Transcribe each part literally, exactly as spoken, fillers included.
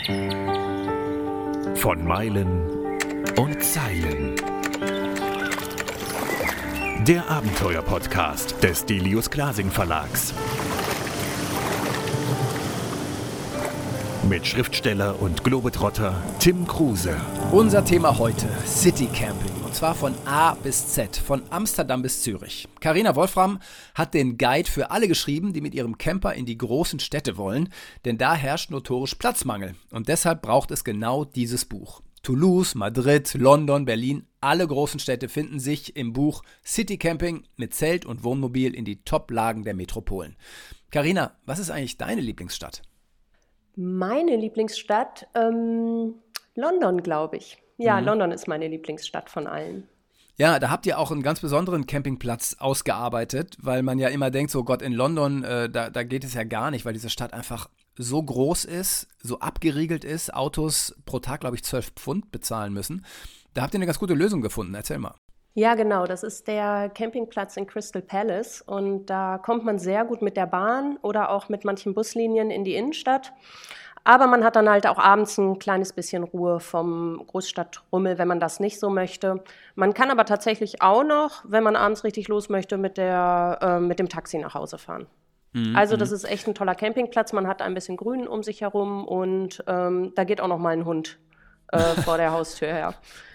Von Meilen und Zeilen. Der Abenteuer-Podcast des Delius Glasing Verlags. Mit Schriftsteller und Globetrotter Tim Kruse. Unser Thema heute: City Camping. Und zwar von A bis Z, von Amsterdam bis Zürich. Carina Wolfram hat den Guide für alle geschrieben, die mit ihrem Camper in die großen Städte wollen. Denn da herrscht notorisch Platzmangel. Und deshalb braucht es genau dieses Buch. Toulouse, Madrid, London, Berlin, alle großen Städte finden sich im Buch City Camping mit Zelt und Wohnmobil in die Top-Lagen der Metropolen. Carina, was ist eigentlich deine Lieblingsstadt? Meine Lieblingsstadt? Ähm, London, glaube ich. Ja, mhm. London ist meine Lieblingsstadt von allen. Ja, da habt ihr auch einen ganz besonderen Campingplatz ausgearbeitet, weil man ja immer denkt, so Gott, in London, äh, da, da geht es ja gar nicht, weil diese Stadt einfach so groß ist, so abgeriegelt ist, Autos pro Tag, glaube ich, zwölf Pfund bezahlen müssen. Da habt ihr eine ganz gute Lösung gefunden. Erzähl mal. Ja, genau. Das ist der Campingplatz in Crystal Palace und da kommt man sehr gut mit der Bahn oder auch mit manchen Buslinien in die Innenstadt. Aber man hat dann halt auch abends ein kleines bisschen Ruhe vom Großstadtrummel, wenn man das nicht so möchte. Man kann aber tatsächlich auch noch, wenn man abends richtig los möchte, mit, der, äh, mit dem Taxi nach Hause fahren. Mhm. Also das ist echt ein toller Campingplatz. Man hat ein bisschen Grün um sich herum und ähm, da geht auch noch mal ein Hund äh, vor der Haustür her.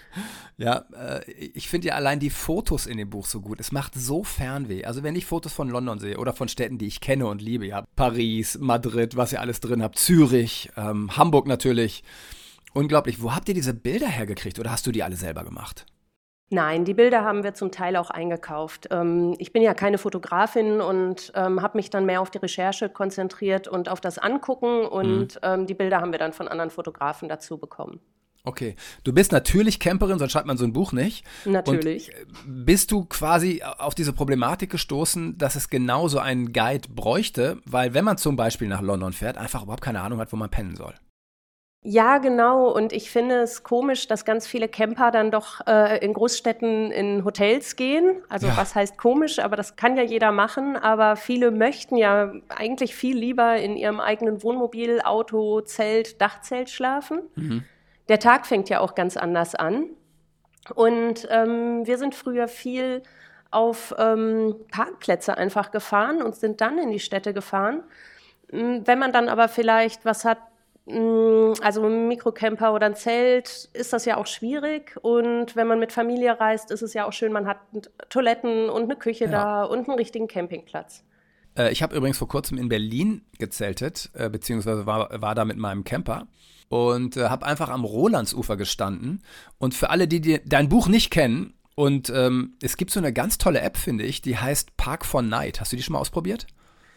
Ja, äh, ich finde ja allein die Fotos in dem Buch so gut. Es macht so Fernweh. Also wenn ich Fotos von London sehe oder von Städten, die ich kenne und liebe, ja, Paris, Madrid, was ihr alles drin habt, Zürich, ähm, Hamburg natürlich. Unglaublich. Wo habt ihr diese Bilder hergekriegt oder hast du die alle selber gemacht? Nein, die Bilder haben wir zum Teil auch eingekauft. Ähm, ich bin ja keine Fotografin und ähm, habe mich dann mehr auf die Recherche konzentriert und auf das Angucken und mhm. ähm, die Bilder haben wir dann von anderen Fotografen dazu bekommen. Okay, du bist natürlich Camperin, sonst schreibt man so ein Buch nicht. Natürlich. Und bist du quasi auf diese Problematik gestoßen, dass es genau so einen Guide bräuchte, weil wenn man zum Beispiel nach London fährt, einfach überhaupt keine Ahnung hat, wo man pennen soll? Ja, genau. Und ich finde es komisch, dass ganz viele Camper dann doch äh, in Großstädten in Hotels gehen. Also ja. Was heißt komisch, aber das kann ja jeder machen. Aber viele möchten ja eigentlich viel lieber in ihrem eigenen Wohnmobil, Auto, Zelt, Dachzelt schlafen. Mhm. Der Tag fängt ja auch ganz anders an und ähm, wir sind früher viel auf ähm, Parkplätze einfach gefahren und sind dann in die Städte gefahren. Wenn man dann aber vielleicht was hat, also ein Mikrocamper oder ein Zelt, ist das ja auch schwierig und wenn man mit Familie reist, ist es ja auch schön, man hat Toiletten und eine Küche ja. da und einen richtigen Campingplatz. Ich habe übrigens vor kurzem in Berlin gezeltet, äh, beziehungsweise war, war da mit meinem Camper. Und äh, habe einfach am Rolandsufer gestanden. Und für alle, die, die dein Buch nicht kennen, und ähm, es gibt so eine ganz tolle App, finde ich, die heißt Park for Night. Hast du die schon mal ausprobiert?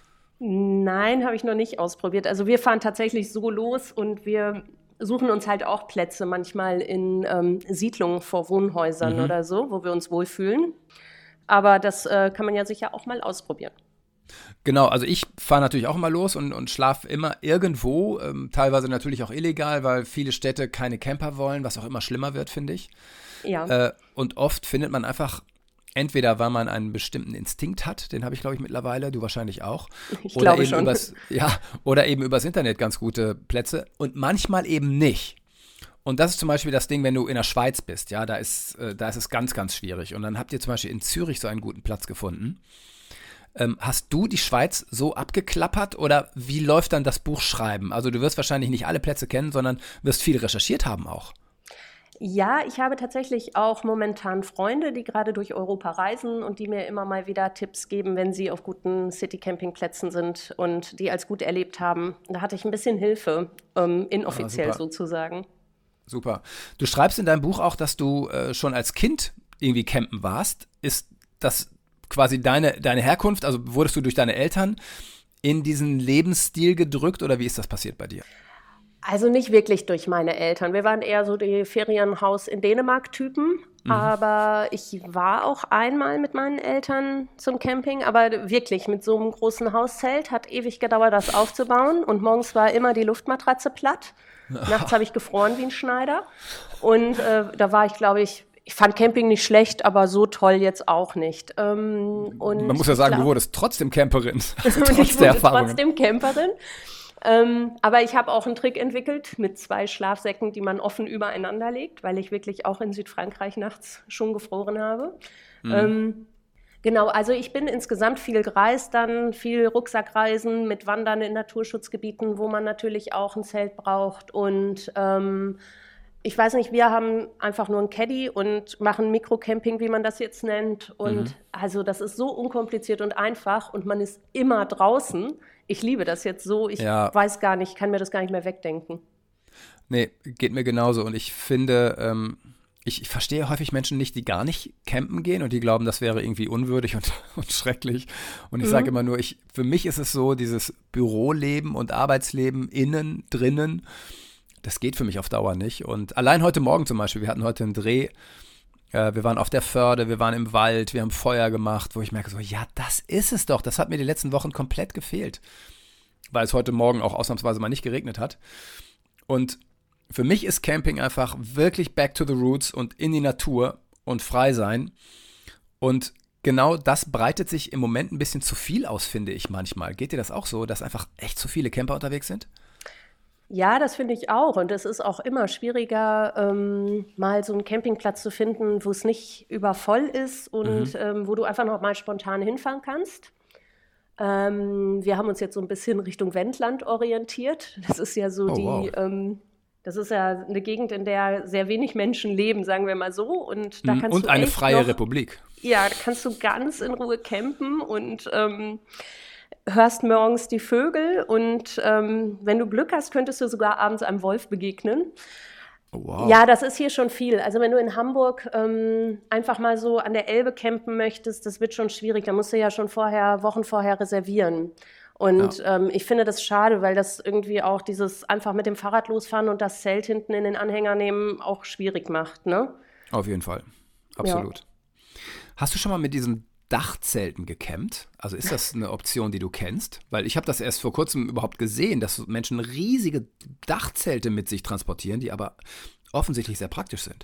Nein, habe ich noch nicht ausprobiert. Also wir fahren tatsächlich so los und wir suchen uns halt auch Plätze manchmal in ähm, Siedlungen vor Wohnhäusern mhm. oder so, wo wir uns wohlfühlen. Aber das äh, kann man ja sicher auch mal ausprobieren. Genau, also ich fahre natürlich auch immer los und, und schlafe immer irgendwo, ähm, teilweise natürlich auch illegal, weil viele Städte keine Camper wollen, was auch immer schlimmer wird, finde ich. Ja. Äh, und oft findet man einfach, entweder weil man einen bestimmten Instinkt hat, den habe ich glaube ich mittlerweile, du wahrscheinlich auch. Ich oder glaube eben schon. Übers, ja, oder eben übers Internet ganz gute Plätze und manchmal eben nicht. Und das ist zum Beispiel das Ding, wenn du in der Schweiz bist, ja, da ist, äh, da ist es ganz, ganz schwierig. Und dann habt ihr zum Beispiel in Zürich so einen guten Platz gefunden. Ähm, hast du die Schweiz so abgeklappert oder wie läuft dann das Buchschreiben? Also du wirst wahrscheinlich nicht alle Plätze kennen, sondern wirst viel recherchiert haben auch. Ja, ich habe tatsächlich auch momentan Freunde, die gerade durch Europa reisen und die mir immer mal wieder Tipps geben, wenn sie auf guten City-Campingplätzen sind und die als gut erlebt haben. Da hatte ich ein bisschen Hilfe, ähm, inoffiziell ah, sozusagen. Super. Du schreibst in deinem Buch auch, dass du äh, schon als Kind irgendwie campen warst. Ist das quasi deine, deine Herkunft, also wurdest du durch deine Eltern in diesen Lebensstil gedrückt oder wie ist das passiert bei dir? Also nicht wirklich durch meine Eltern. Wir waren eher so die Ferienhaus in Dänemark-Typen. Mhm. Aber ich war auch einmal mit meinen Eltern zum Camping, aber wirklich mit so einem großen Hauszelt. Hat ewig gedauert, das aufzubauen. Und morgens war immer die Luftmatratze platt. Nachts habe ich gefroren wie ein Schneider. Und äh, da war ich, glaube ich, ich fand Camping nicht schlecht, aber so toll jetzt auch nicht. Ähm, und Man muss ja sagen, glaub, du wurdest trotzdem Camperin. Also trotz ich der wurde trotzdem Camperin. Ähm, aber ich habe auch einen Trick entwickelt mit zwei Schlafsäcken, die man offen übereinander legt, weil ich wirklich auch in Südfrankreich nachts schon gefroren habe. Mhm. Ähm, genau, also ich bin insgesamt viel gereist, dann viel Rucksackreisen mit Wandern in Naturschutzgebieten, wo man natürlich auch ein Zelt braucht. Und ähm, ich weiß nicht, wir haben einfach nur ein Caddy und machen Mikrocamping, wie man das jetzt nennt. Und mhm. also das ist so unkompliziert und einfach und man ist immer draußen. Ich liebe das jetzt so, ich ja. weiß gar nicht, kann mir das gar nicht mehr wegdenken. Nee, geht mir genauso. Und ich finde, ähm, ich, ich verstehe häufig Menschen nicht, die gar nicht campen gehen und die glauben, das wäre irgendwie unwürdig und, und schrecklich. Und ich mhm. sage immer nur, ich, für mich ist es so, dieses Büroleben und Arbeitsleben innen, drinnen, das geht für mich auf Dauer nicht. Und allein heute Morgen zum Beispiel, wir hatten heute einen Dreh, äh, wir waren auf der Förde, wir waren im Wald, wir haben Feuer gemacht, wo ich merke so, ja, das ist es doch. Das hat mir die letzten Wochen komplett gefehlt, weil es heute Morgen auch ausnahmsweise mal nicht geregnet hat. Und für mich ist Camping einfach wirklich back to the roots und in die Natur und frei sein. Und genau das breitet sich im Moment ein bisschen zu viel aus, finde ich manchmal. Geht dir das auch so, dass einfach echt zu viele Camper unterwegs sind? Ja, das finde ich auch. Und es ist auch immer schwieriger, ähm, mal so einen Campingplatz zu finden, wo es nicht übervoll ist und mhm. ähm, wo du einfach noch mal spontan hinfahren kannst. Ähm, wir haben uns jetzt so ein bisschen Richtung Wendland orientiert. Das ist ja so oh, die, wow. ähm, das ist ja eine Gegend, in der sehr wenig Menschen leben, sagen wir mal so. Und da kannst und du eine echt freie noch, Republik. Ja, da kannst du ganz in Ruhe campen und ähm, hörst morgens die Vögel und ähm, wenn du Glück hast, könntest du sogar abends einem Wolf begegnen. Oh, wow. Ja, das ist hier schon viel. Also wenn du in Hamburg ähm, einfach mal so an der Elbe campen möchtest, das wird schon schwierig. Da musst du ja schon vorher, Wochen vorher reservieren. Und ja. ähm, ich finde das schade, weil das irgendwie auch dieses einfach mit dem Fahrrad losfahren und das Zelt hinten in den Anhänger nehmen auch schwierig macht, ne? Auf jeden Fall, absolut. Ja. Hast du schon mal mit diesen Dachzelten gecampt? Also ist das eine Option, die du kennst? Weil ich habe das erst vor kurzem überhaupt gesehen, dass Menschen riesige Dachzelte mit sich transportieren, die aber offensichtlich sehr praktisch sind.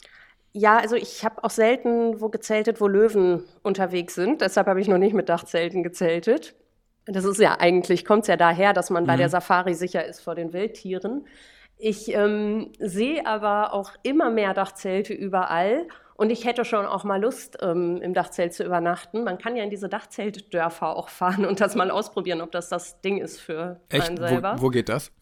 Ja, also ich habe auch selten wo gezeltet, wo Löwen unterwegs sind. Deshalb habe ich noch nicht mit Dachzelten gezeltet. Das ist ja eigentlich, kommt es ja daher, dass man bei mhm. der Safari sicher ist vor den Wildtieren. Ich ähm, sehe aber auch immer mehr Dachzelte überall. Und ich hätte schon auch mal Lust, ähm, im Dachzelt zu übernachten. Man kann ja in diese Dachzeltdörfer auch fahren und das mal ausprobieren, ob das das Ding ist für Echt? einen selber. Wo, wo geht das?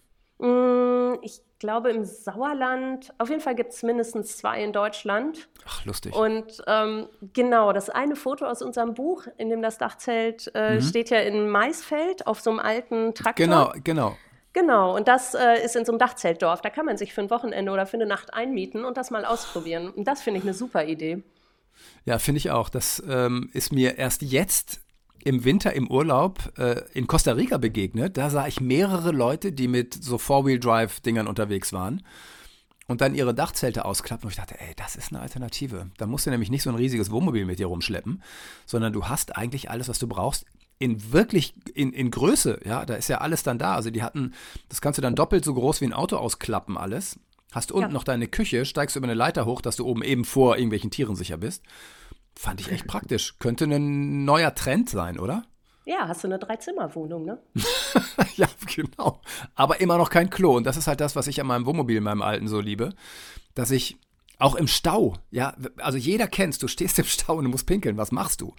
Mm, ich glaube im Sauerland. Auf jeden Fall gibt es mindestens zwei in Deutschland. Ach, lustig. Und ähm, genau, das eine Foto aus unserem Buch, in dem das Dachzelt äh, mhm. steht ja in Maisfeld auf so einem alten Traktor. Genau, genau. Genau, und das äh, ist in so einem Dachzeltdorf. Da kann man sich für ein Wochenende oder für eine Nacht einmieten und das mal ausprobieren. Und das finde ich eine super Idee. Ja, finde ich auch. Das ähm, ist mir erst jetzt im Winter im Urlaub äh, in Costa Rica begegnet. Da sah ich mehrere Leute, die mit so Four-Wheel-Drive-Dingern unterwegs waren und dann ihre Dachzelte ausklappen. Und ich dachte, ey, das ist eine Alternative. Da musst du nämlich nicht so ein riesiges Wohnmobil mit dir rumschleppen, sondern du hast eigentlich alles, was du brauchst, in wirklich, in, in Größe, ja, da ist ja alles dann da. Also die hatten, das kannst du dann doppelt so groß wie ein Auto ausklappen alles. Hast unten ja. noch deine Küche, steigst über eine Leiter hoch, dass du oben eben vor irgendwelchen Tieren sicher bist. Fand ich echt praktisch. Könnte ein neuer Trend sein, oder? Ja, hast du eine Dreizimmerwohnung, ne? Ja, genau. Aber immer noch kein Klo. Und das ist halt das, was ich an meinem Wohnmobil, in meinem alten so liebe, dass ich auch im Stau, ja, also jeder kennt's, du stehst im Stau und du musst pinkeln. Was machst du?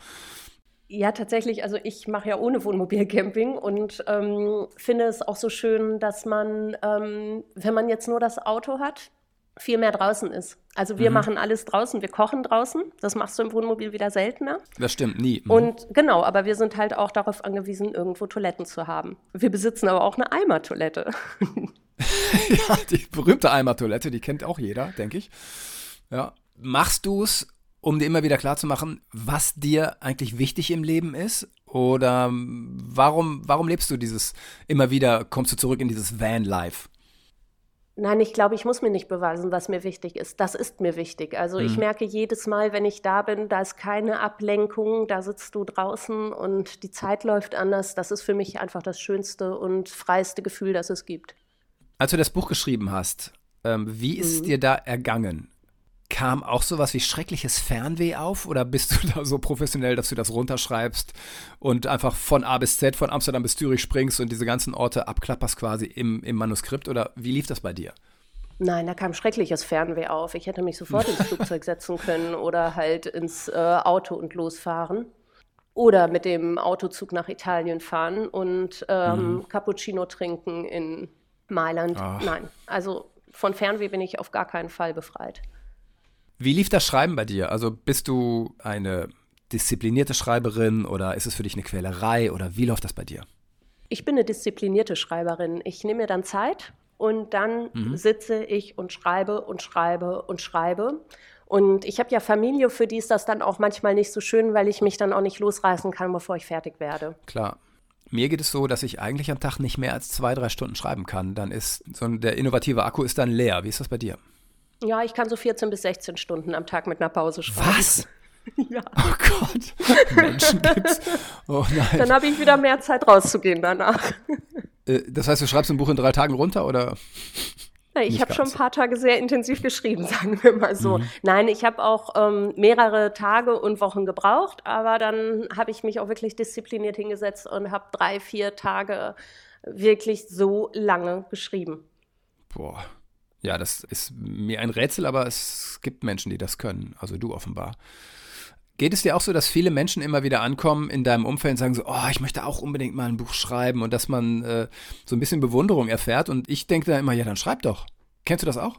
Ja, tatsächlich. Also ich mache ja ohne Wohnmobilcamping und ähm, finde es auch so schön, dass man, ähm, wenn man jetzt nur das Auto hat, viel mehr draußen ist. Also wir mhm. machen alles draußen, wir kochen draußen. Das machst du im Wohnmobil wieder seltener. Das stimmt, nie. Mhm. Und genau, aber wir sind halt auch darauf angewiesen, irgendwo Toiletten zu haben. Wir besitzen aber auch eine Eimertoilette. Ja, die berühmte Eimertoilette, die kennt auch jeder, denke ich. Ja. Machst du es, um dir immer wieder klarzumachen, was dir eigentlich wichtig im Leben ist? Oder warum, warum lebst du dieses, immer wieder kommst du zurück in dieses Van-Life? Nein, ich glaube, ich muss mir nicht beweisen, was mir wichtig ist. Das ist mir wichtig. Also mhm. ich merke jedes Mal, wenn ich da bin, da ist keine Ablenkung, da sitzt du draußen und die Zeit läuft anders. Das ist für mich einfach das schönste und freiste Gefühl, das es gibt. Als du das Buch geschrieben hast, ähm, wie ist mhm. es dir da ergangen? Kam auch sowas wie schreckliches Fernweh auf oder bist du da so professionell, dass du das runterschreibst und einfach von A bis Z, von Amsterdam bis Zürich springst und diese ganzen Orte abklapperst quasi im, im Manuskript oder wie lief das bei dir? Nein, da kam schreckliches Fernweh auf. Ich hätte mich sofort ins Flugzeug setzen können oder halt ins äh, Auto und losfahren. Oder mit dem Autozug nach Italien fahren und ähm, mhm. Cappuccino trinken in Mailand. Ach. Nein, also von Fernweh bin ich auf gar keinen Fall befreit. Wie lief das Schreiben bei dir? Also bist du eine disziplinierte Schreiberin oder ist es für dich eine Quälerei oder wie läuft das bei dir? Ich bin eine disziplinierte Schreiberin. Ich nehme mir dann Zeit und dann mhm. sitze ich und schreibe und schreibe und schreibe. Und ich habe ja Familie, für die ist das dann auch manchmal nicht so schön, weil ich mich dann auch nicht losreißen kann, bevor ich fertig werde. Klar. Mir geht es so, dass ich eigentlich am Tag nicht mehr als zwei, drei Stunden schreiben kann. Dann ist so ein, der innovative Akku ist dann leer. Wie ist das bei dir? Ja, ich kann so vierzehn bis sechzehn Stunden am Tag mit einer Pause schreiben. Was? Ja. Oh Gott, Menschen gibt's. Oh nein. Dann habe ich wieder mehr Zeit rauszugehen danach. Äh, das heißt, du schreibst ein Buch in drei Tagen runter, oder? Nein, ich habe schon ein paar Tage sehr intensiv geschrieben, sagen wir mal so. Mhm. Nein, ich habe auch ähm, mehrere Tage und Wochen gebraucht, aber dann habe ich mich auch wirklich diszipliniert hingesetzt und habe drei, vier Tage wirklich so lange geschrieben. Boah. Ja, das ist mir ein Rätsel, aber es gibt Menschen, die das können. Also du offenbar. Geht es dir auch so, dass viele Menschen immer wieder ankommen in deinem Umfeld und sagen so, oh, ich möchte auch unbedingt mal ein Buch schreiben und dass man äh, so ein bisschen Bewunderung erfährt und ich denke dann immer, ja, dann schreib doch. Kennst du das auch?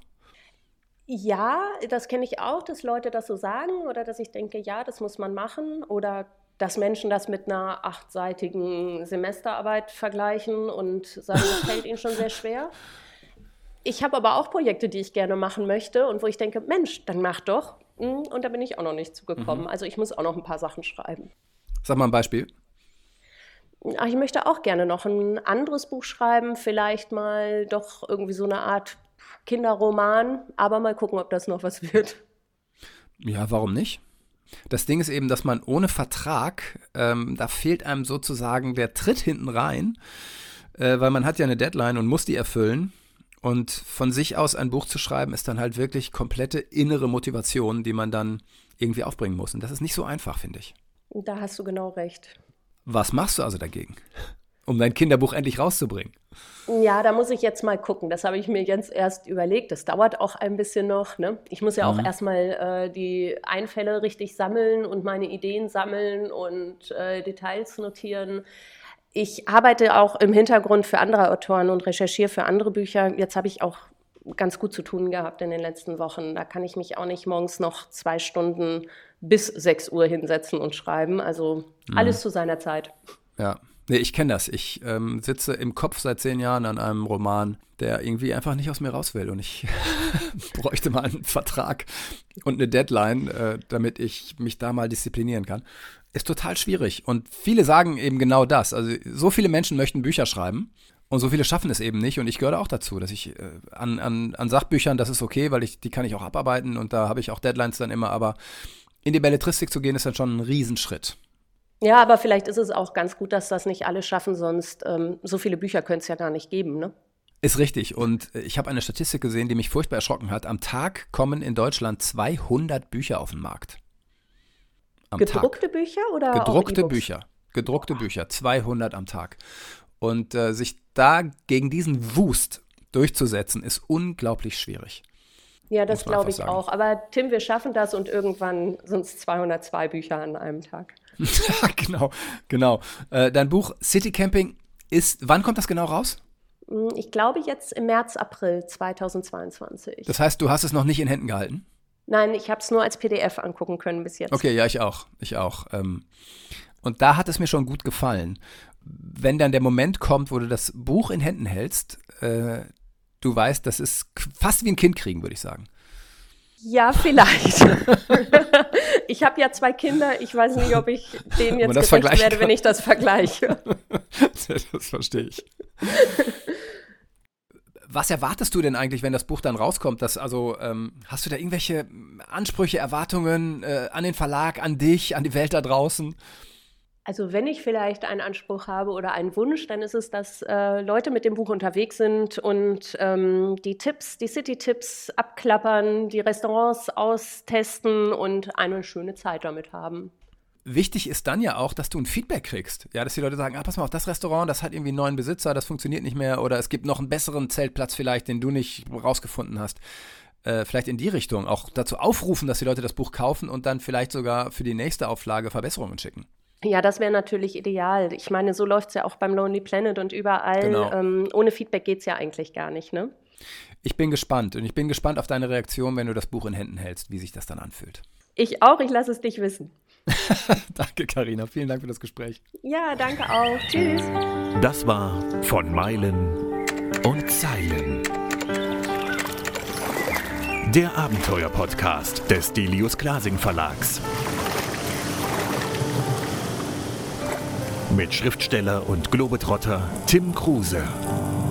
Ja, das kenne ich auch, dass Leute das so sagen oder dass ich denke, ja, das muss man machen oder dass Menschen das mit einer achtseitigen Semesterarbeit vergleichen und sagen, das fällt ihnen schon sehr schwer. Ich habe aber auch Projekte, die ich gerne machen möchte und wo ich denke, Mensch, dann mach doch. Und da bin ich auch noch nicht zugekommen. Mhm. Also ich muss auch noch ein paar Sachen schreiben. Sag mal ein Beispiel. Ach, ich möchte auch gerne noch ein anderes Buch schreiben, vielleicht mal doch irgendwie so eine Art Kinderroman, aber mal gucken, ob das noch was wird. Ja, warum nicht? Das Ding ist eben, dass man ohne Vertrag, ähm, da fehlt einem sozusagen der Tritt hinten rein, äh, weil man hat ja eine Deadline und muss die erfüllen. Und von sich aus ein Buch zu schreiben, ist dann halt wirklich komplette innere Motivation, die man dann irgendwie aufbringen muss. Und das ist nicht so einfach, finde ich. Da hast du genau recht. Was machst du also dagegen, um dein Kinderbuch endlich rauszubringen? Ja, da muss ich jetzt mal gucken. Das habe ich mir jetzt erst überlegt. Das dauert auch ein bisschen noch, ne? Ich muss ja auch mhm. erstmal äh, die Einfälle richtig sammeln und meine Ideen sammeln und äh, Details notieren. Ich arbeite auch im Hintergrund für andere Autoren und recherchiere für andere Bücher. Jetzt habe ich auch ganz gut zu tun gehabt in den letzten Wochen. Da kann ich mich auch nicht morgens noch zwei Stunden bis sechs Uhr hinsetzen und schreiben. Also mhm. alles zu seiner Zeit. Ja, nee, ich kenne das. Ich ähm, sitze im Kopf seit zehn Jahren an einem Roman, der irgendwie einfach nicht aus mir raus will. Und ich bräuchte mal einen Vertrag und eine Deadline, äh, damit ich mich da mal disziplinieren kann. Ist total schwierig. Und viele sagen eben genau das. Also so viele Menschen möchten Bücher schreiben und so viele schaffen es eben nicht. Und ich gehöre da auch dazu, dass ich äh, an, an, an Sachbüchern, das ist okay, weil ich die kann ich auch abarbeiten und da habe ich auch Deadlines dann immer. Aber in die Belletristik zu gehen, ist dann schon ein Riesenschritt. Ja, aber vielleicht ist es auch ganz gut, dass das nicht alle schaffen, sonst ähm, so viele Bücher könnte es ja gar nicht geben, ne? Ist richtig. Und ich habe eine Statistik gesehen, die mich furchtbar erschrocken hat. Am Tag kommen in Deutschland zweihundert Bücher auf den Markt. Am Gedruckte Tag. Bücher oder Gedruckte auch E-Books? Bücher. Gedruckte oh. Bücher. zweihundert am Tag. Und äh, sich da gegen diesen Wust durchzusetzen, ist unglaublich schwierig. Ja, das glaube ich sagen. auch. Aber Tim, wir schaffen das und irgendwann sind es zweihundertzwei Bücher an einem Tag. genau, genau. Äh, dein Buch City Camping ist, wann kommt das genau raus? Ich glaube jetzt im März, April zweitausendzweiundzwanzig. Das heißt, du hast es noch nicht in Händen gehalten? Nein, ich habe es nur als P D F angucken können bis jetzt. Okay, ja, ich auch. Ich auch. Und da hat es mir schon gut gefallen. Wenn dann der Moment kommt, wo du das Buch in Händen hältst, äh, du weißt, das ist fast wie ein Kind kriegen, würde ich sagen. Ja, vielleicht. Ich habe ja zwei Kinder. Ich weiß nicht, ob ich denen jetzt gerecht werde, wenn ich das vergleiche. Das verstehe ich. Was erwartest du denn eigentlich, wenn das Buch dann rauskommt? Das, also, ähm, hast du da irgendwelche Ansprüche, Erwartungen äh, an den Verlag, an dich, an die Welt da draußen? Also wenn ich vielleicht einen Anspruch habe oder einen Wunsch, dann ist es, dass äh, Leute mit dem Buch unterwegs sind und ähm, die Tipps, die City-Tipps abklappern, die Restaurants austesten und eine schöne Zeit damit haben. Wichtig ist dann ja auch, dass du ein Feedback kriegst. Ja, dass die Leute sagen, ah, pass mal auf, das Restaurant, das hat irgendwie einen neuen Besitzer, das funktioniert nicht mehr oder es gibt noch einen besseren Zeltplatz vielleicht, den du nicht rausgefunden hast. Äh, vielleicht in die Richtung. Auch dazu aufrufen, dass die Leute das Buch kaufen und dann vielleicht sogar für die nächste Auflage Verbesserungen schicken. Ja, das wäre natürlich ideal. Ich meine, so läuft es ja auch beim Lonely Planet und überall. Genau. Ähm, ohne Feedback geht es ja eigentlich gar nicht, ne? Ich bin gespannt und ich bin gespannt auf deine Reaktion, wenn du das Buch in Händen hältst, wie sich das dann anfühlt. Ich auch, ich lasse es dich wissen. Danke, Carina. Vielen Dank für das Gespräch. Ja, danke auch. Tschüss. Das war Von Meilen und Zeilen. Der Abenteuer-Podcast des Delius Glasing Verlags. Mit Schriftsteller und Globetrotter Tim Kruse.